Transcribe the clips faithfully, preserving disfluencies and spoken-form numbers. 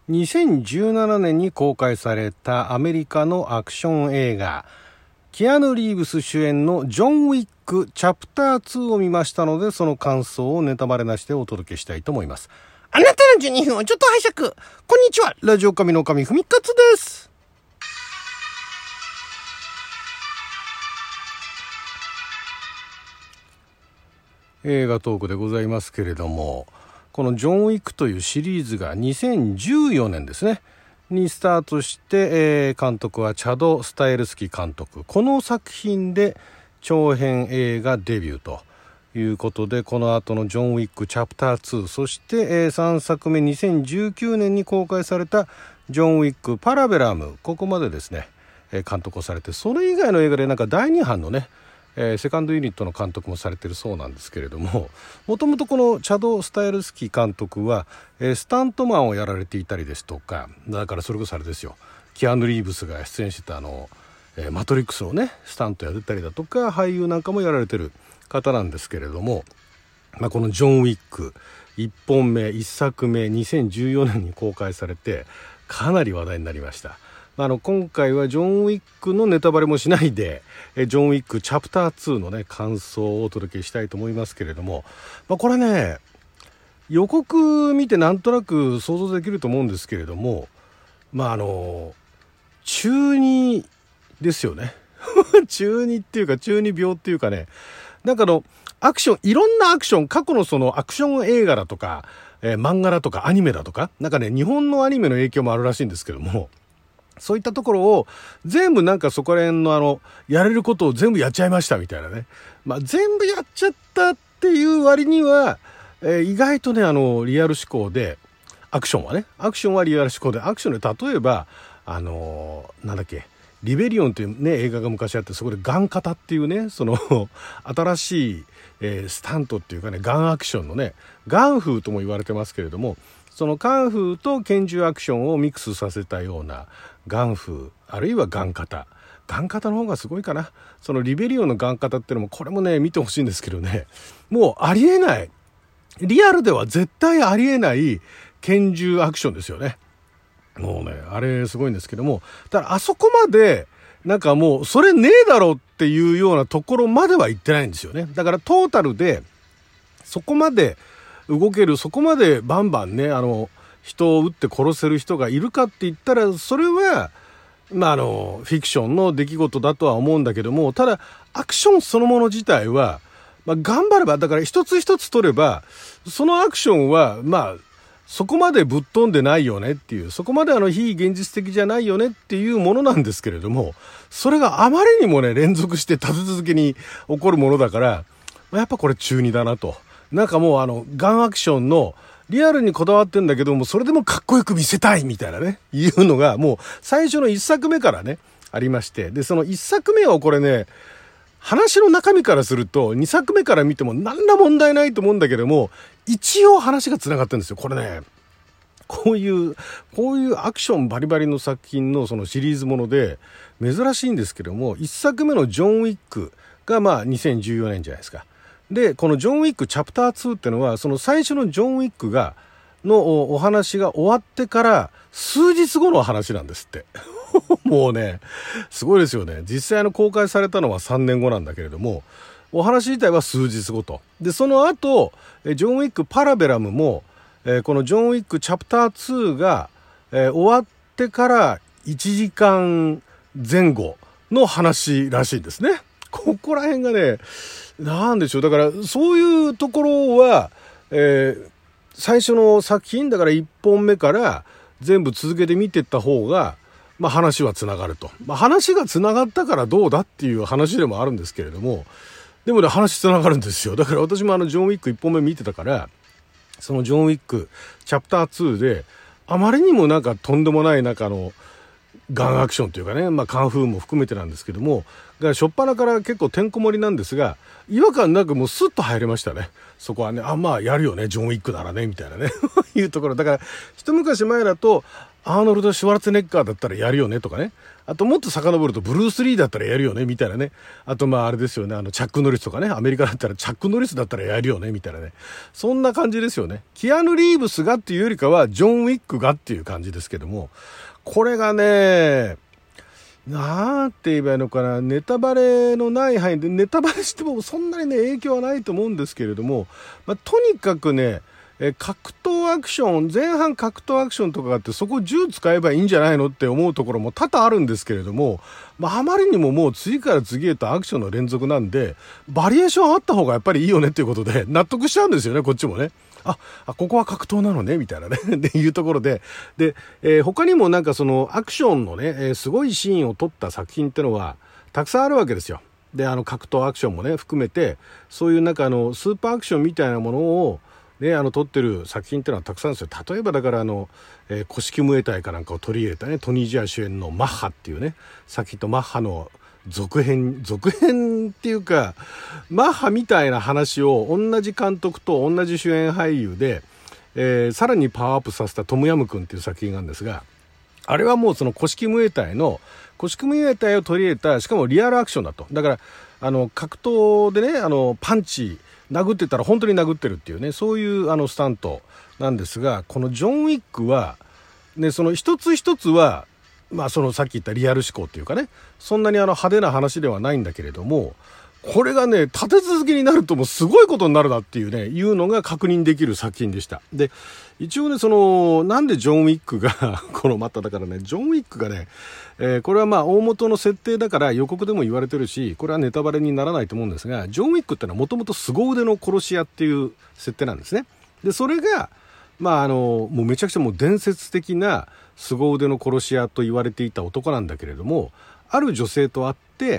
にせんじゅうななねんに公開されたアメリカのアクション映画、キアヌ・リーブス主演のジョン・ウィックチャプターツーを見ましたので、その感想をネタバレなしでお届けしたいと思います。あなたのじゅうにふんをちょっと拝借。こんにちは、ラジオ神の神ふみかつです。映画トークでございますけれども、このジョン・ウィックというシリーズがにせんじゅうよねんですねにスタートして、えー、監督はチャド・スタエルスキ監督。この作品で長編映画デビューということで、この後のジョン・ウィックチャプターツー、そして、えー、さんさくめにせんじゅうきゅうねんに公開されたジョン・ウィックパラベラム、ここまでですね、えー、監督をされて、それ以外の映画でなんかだいに版のね、えー、セカンドユニットの監督もされてるそうなんですけれども、もともとこのチャド・スタエルスキー監督は、えー、スタントマンをやられていたりですとか、だからそれこそあれですよ、キアヌ・リーブスが出演してたあの、えー、マトリックスのねスタントやってたりだとか、俳優なんかもやられてる方なんですけれども、まあ、このジョン・ウィックいっぽんめいっさくめにせんじゅうよねんに公開されて、かなり話題になりました。あの今回はジョン・ウィックのネタバレもしないで、えジョン・ウィックチャプターツーのね感想をお届けしたいと思いますけれども、まあ、これね予告見てなんとなく想像できると思うんですけれども、まああの中二ですよね中二っていうか中二病っていうかね、なんかのアクション、いろんなアクション、過去のそのアクション映画だとか、えー、漫画だとかアニメだとか、なんかね日本のアニメの影響もあるらしいんですけども、そういったところを全部なんかそこら辺のあのやれることを全部やっちゃいましたみたいなね、まあ、全部やっちゃったっていう割には、えー、意外とねあのリアル思考で、アクションはねアクションはリアル思考で、アクションで例えばあのー、なんだっけリベリオンというね映画が昔あって、そこでガン型っていうねその新しい、えー、スタントっていうかね、ガンアクションのね、ガン風とも言われてますけれども、そのカンフーと拳銃アクションをミックスさせたようなガン風、あるいはガン型、ガン型の方がすごいかな。そのリベリオンのガン型っていうのも、これもね見てほしいんですけどね、もうありえない、リアルでは絶対ありえない拳銃アクションですよね。もうねあれすごいんですけども、ただあそこまでなんかもうそれねえだろっていうようなところまでは行ってないんですよね。だからトータルでそこまで動ける、そこまでバンバンねあの人を撃って殺せる人がいるかって言ったら、それはまああのフィクションの出来事だとは思うんだけども、ただアクションそのもの自体は、まあ、頑張れば、だから一つ一つ取ればそのアクションはまあそこまでぶっ飛んでないよねっていう、そこまであの非現実的じゃないよねっていうものなんですけれども、それがあまりにもね連続して立て続けに起こるものだから、やっぱこれ中二だなと。なんかもうあのガンアクションのリアルにこだわってんだけども、それでもかっこよく見せたいみたいなねいうのがもう最初の一作目からねありまして、でその一作目をこれね話の中身からするとにさくめから見ても何ら問題ないと思うんだけども、一応話がつながってるんですよ。これねこういうこういうアクションバリバリの作品のそのシリーズもので珍しいんですけども、一作目のジョン・ウィックがまあにせんじゅうよねんじゃないですか。でこのジョン・ウィックチャプターツーってのは、その最初のジョン・ウィックがのお話が終わってから数日後の話なんですってもうねすごいですよね。実際の公開されたのはさんねんごなんだけれども、お話自体は数日後と。でその後ジョン・ウィックパラベラムも、えー、このジョン・ウィックチャプターツーが、えー、終わってからいちじかんぜん後の話らしいですね。ここら辺がねなんでしょう、だからそういうところは、えー、最初の作品だからいっぽんめから全部続けて見ていった方が、まあ、話はつながると、まあ、話がつながったからどうだっていう話でもあるんですけれども、でもね話つながるんですよ。だから私もあのジョン・ウィックいっぽんめ見てたから、そのジョン・ウィックチャプターツーであまりにもなんかとんでもない中のガンアクションというかね、まあカンフーも含めてなんですけども、が初っ端から結構てんこ盛りなんですが、違和感なくもうスッと入れましたね。そこはね、あまあやるよねジョン・ウィックならねみたいなねいうところだから、一昔前だとアーノルド・シュワルツェネッガーだったらやるよねとかね。あともっと遡るとブルース・リーだったらやるよねみたいなね。あとまああれですよね、あのチャック・ノリスとかね、アメリカだったらチャック・ノリスだったらやるよねみたいなね。そんな感じですよね。キアヌ・リーブスがっていうよりかはジョン・ウィックがっていう感じですけども、これがね、なんて言えばいいのかな、ネタバレのない範囲で、ネタバレしてもそんなにね影響はないと思うんですけれども、まあ、とにかくね、え格闘アクション、前半格闘アクションとかがあって、そこ銃使えばいいんじゃないのって思うところも多々あるんですけれども、まあ、あまりにももう次から次へとアクションの連続なんで、バリエーションあった方がやっぱりいいよねっていうことで納得しちゃうんですよね、こっちもね。あ、あここは格闘なのねみたいなねっていうところで、で、えー、他にもなんかそのアクションのね、えー、すごいシーンを撮った作品ってのはたくさんあるわけですよ。で、あの格闘アクションもね含めて、そういうなんかあのスーパーアクションみたいなものをね、あの撮ってる作品っていうのはたくさんですよ。例えばだからあの、えー、古式ムエタイかなんかを取り入れたね、トニー・ジャー主演のマッハっていうね作品と、マッハの続編続編っていうか、マッハみたいな話を同じ監督と同じ主演俳優で、えー、さらにパワーアップさせたトムヤムクンっていう作品があるんですが、あれはもうその古式ムエタイの古式ムエタイを取り入れた、しかもリアルアクションだと。だからあの格闘でね、あのパンチ殴ってたら本当に殴ってるっていうね、そういうあのスタントなんですが、このジョン・ウィックはね、その一つ一つはまあそのさっき言ったリアル思考っていうかね、そんなにあの派手な話ではないんだけれども、これがね立て続けになるともうすごいことになるなっていうね、いうのが確認できる作品でした。で、一応ね、そのなんでジョン・ウィックがこのまただからね、ジョン・ウィックがね、えー、これはまあ大元の設定だから予告でも言われてるし、これはネタバレにならないと思うんですが、ジョン・ウィックってのはもともと凄腕の殺し屋っていう設定なんですね。で、それがまああのもうめちゃくちゃもう伝説的な凄腕の殺し屋と言われていた男なんだけれども、ある女性と会って、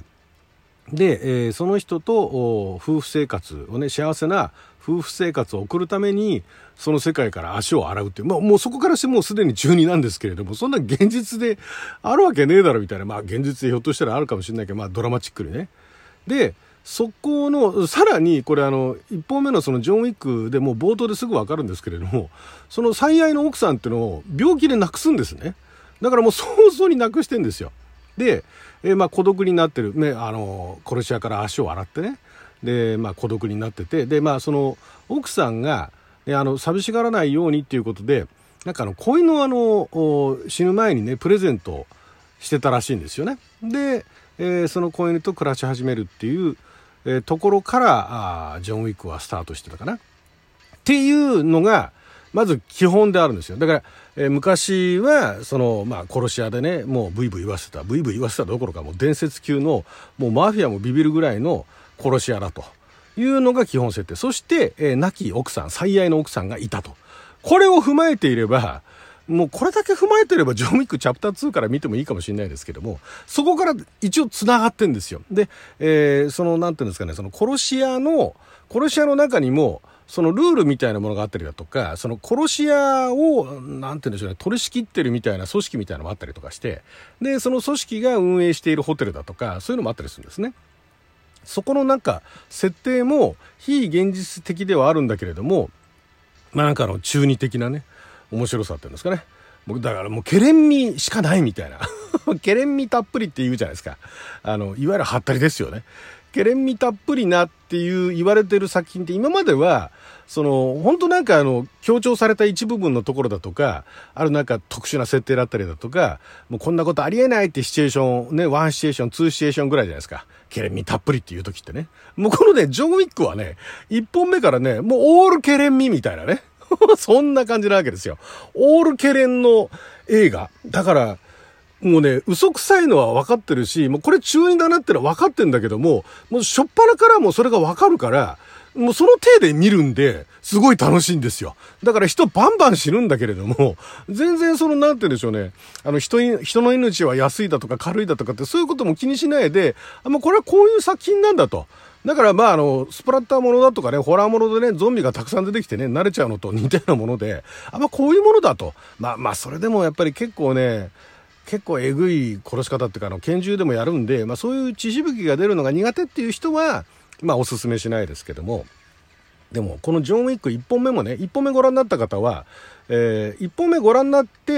で、えー、その人と夫婦生活をね、幸せな夫婦生活を送るためにその世界から足を洗うっていう、まあもうそこからしてもうすでに中二なんですけれども、そんな現実であるわけねえだろみたいな、まあ現実でひょっとしたらあるかもしれないけど、まあドラマチックにね。で、そこのさらにこれあのいっぽんめのそのジョン・ウィックでもう冒頭ですぐ分かるんですけれども、その最愛の奥さんっていうのを病気で亡くすんですね。だからもう早々に亡くしてんですよ。で、えー、まあ孤独になってる、ね、あの殺し屋から足を洗ってね、で、まあ、孤独になってて、で、まあその奥さんが、ね、あの寂しがらないようにっていうことで、なんかあの子犬をあの死ぬ前にねプレゼントしてたらしいんですよね。で、えー、その子犬と暮らし始めるっていう、えー、ところからあジョン・ウィックはスタートしてたかなっていうのがまず基本であるんですよ。だから、えー、昔はその、まあ、殺し屋でね、もうブイブイ言わせたブイブイ言わせたどころかもう伝説級のもうマフィアもビビるぐらいの殺し屋だというのが基本設定。そして、えー、亡き奥さん、最愛の奥さんがいたと。これを踏まえていれば、もうこれだけ踏まえていればジョン・ウィックチャプターツーから見てもいいかもしれないですけども、そこから一応繋がってんですよ。で、えー、そのなんていうんですかね、その殺し屋の殺し屋の中にもそのルールみたいなものがあったりだとか、その殺し屋をなんていうんでしょうね、取り仕切ってるみたいな組織みたいなのもあったりとかして、でその組織が運営しているホテルだとかそういうのもあったりするんですね。そこのなんか設定も非現実的ではあるんだけれども、まあなんかあの中二的なね面白さっていうんですかね。僕だからもうケレン味しかないみたいなケレン味たっぷりって言うじゃないですか。あのいわゆるハッタリですよね。ケレン味たっぷりなっていう言われてる作品って今まではその本当なんかあの強調された一部分のところだとか、あるなんか特殊な設定だったりだとか、もうこんなことありえないってシチュエーションね、ワンシチュエーションツーシチュエーションぐらいじゃないですか。ケレン味たっぷりっていう時ってね、もうこのねジョン・ウィックはね一本目からねもうオールケレン味みたいなねそんな感じなわけですよ。オールケレンの映画だから、もうね嘘くさいのは分かってるし、もうこれ中二だなってのは分かってんだけども、もうしょっぱなからもうそれが分かるから、もうその手で見るんですごい楽しいんですよ。だから人バンバン死ぬんだけれども、全然そのなんて言うんでしょうね、あの人に人の命は安いだとか軽いだとかってそういうことも気にしないで、あ、もうこれはこういう作品なんだと。だからまああのスプラッターものだとかね、ホラーものでねゾンビがたくさん出てきてね慣れちゃうのと似たようなもので、あ、まあこういうものだと。まあまあそれでもやっぱり結構ね結構えぐい殺し方っていうか、あの拳銃でもやるんで、まあそういう血しぶきが出るのが苦手っていう人はまあおすすめしないですけども、でもこのジョン・ウィックいっぽんめもね、いっぽんめご覧になった方は、えー、いっぽんめご覧になって、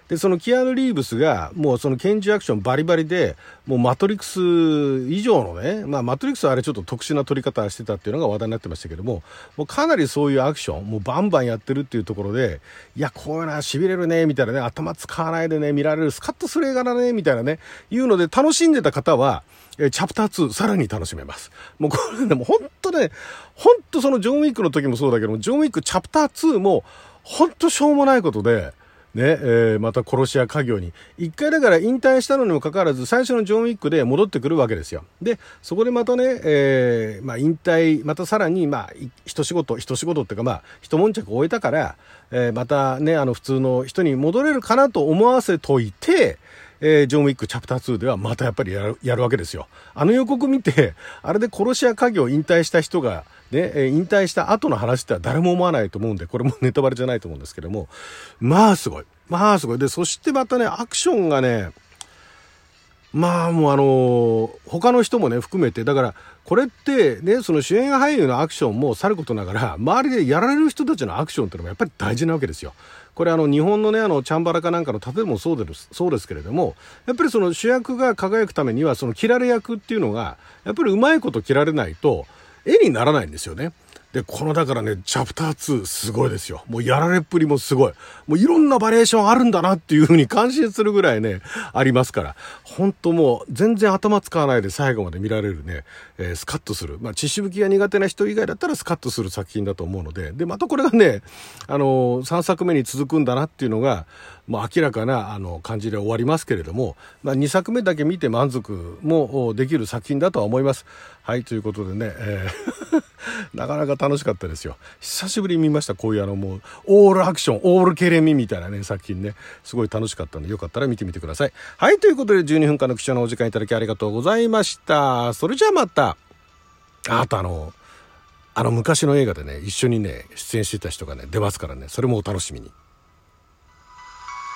でそのキアヌ・リーブスがもうその拳銃アクションバリバリでもうマトリックス以上のね、まあマトリックスはあれちょっと特殊な撮り方してたっていうのが話題になってましたけども、もうかなりそういうアクションもうバンバンやってるっていうところで、いやこういうのは痺れるねみたいなね、頭使わないでね見られるスカッとする映画だねみたいなねいうので楽しんでた方はえチャプターツーさらに楽しめます。もうこれでも本当ね、本当そのジョンウィックの時もそうだけども、ジョンウィックチャプターツーも本当しょうもないことでね、えー、また殺し屋家業に一回だから引退したのにもかかわらず最初のジョンウィックで戻ってくるわけですよ。でそこでまたね、えーまあ、引退またさらにまあ一仕事一仕事っていうかまあ一悶着終えたから、えー、またねあの普通の人に戻れるかなと思わせといて、えー、ジョンウィックチャプターツーではまたやっぱりやる、やるわけですよ。あの予告見てあれで殺し屋家業引退した人がね、えー、引退した後の話っては誰も思わないと思うんで、これもネタバレじゃないと思うんですけども、まあすごいまあすごいで、そしてまたねアクションがね、まあもうあのー、他の人もね含めて、だからこれってねその主演俳優のアクションもさることながら周りでやられる人たちのアクションっていうのもやっぱり大事なわけですよ。これあの日本のねあのチャンバラかなんかの例えもそうですそうですけれども、やっぱりその主役が輝くためにはその切られ役っていうのがやっぱりうまいこと切られないと絵にならないんですよね。でこのだからねチャプターツーすごいですよ。もうやられっぷりもすごい、もういろんなバリエーションあるんだなっていう風に感心するぐらいねありますから、本当もう全然頭使わないで最後まで見られるね、えー、スカッとする、まあ血しぶきが苦手な人以外だったらスカッとする作品だと思うので、でまたこれがねあのー、さんさくめに続くんだなっていうのがもう明らかなあの感じで終わりますけれども、まあ、にさくめだけ見て満足もできる作品だとは思います。はい、ということでね、えー、なかなか楽しかったですよ。久しぶりに見ました。こういうあのもうオールアクションオールケレミみたいなね作品ね、すごい楽しかったのでよかったら見てみてください。はい、ということでじゅうにふんかんの貴重なお時間いただきありがとうございました。それじゃあまた。あとあのあの昔の映画でね一緒にね出演してた人がね出ますからね、それもお楽しみに。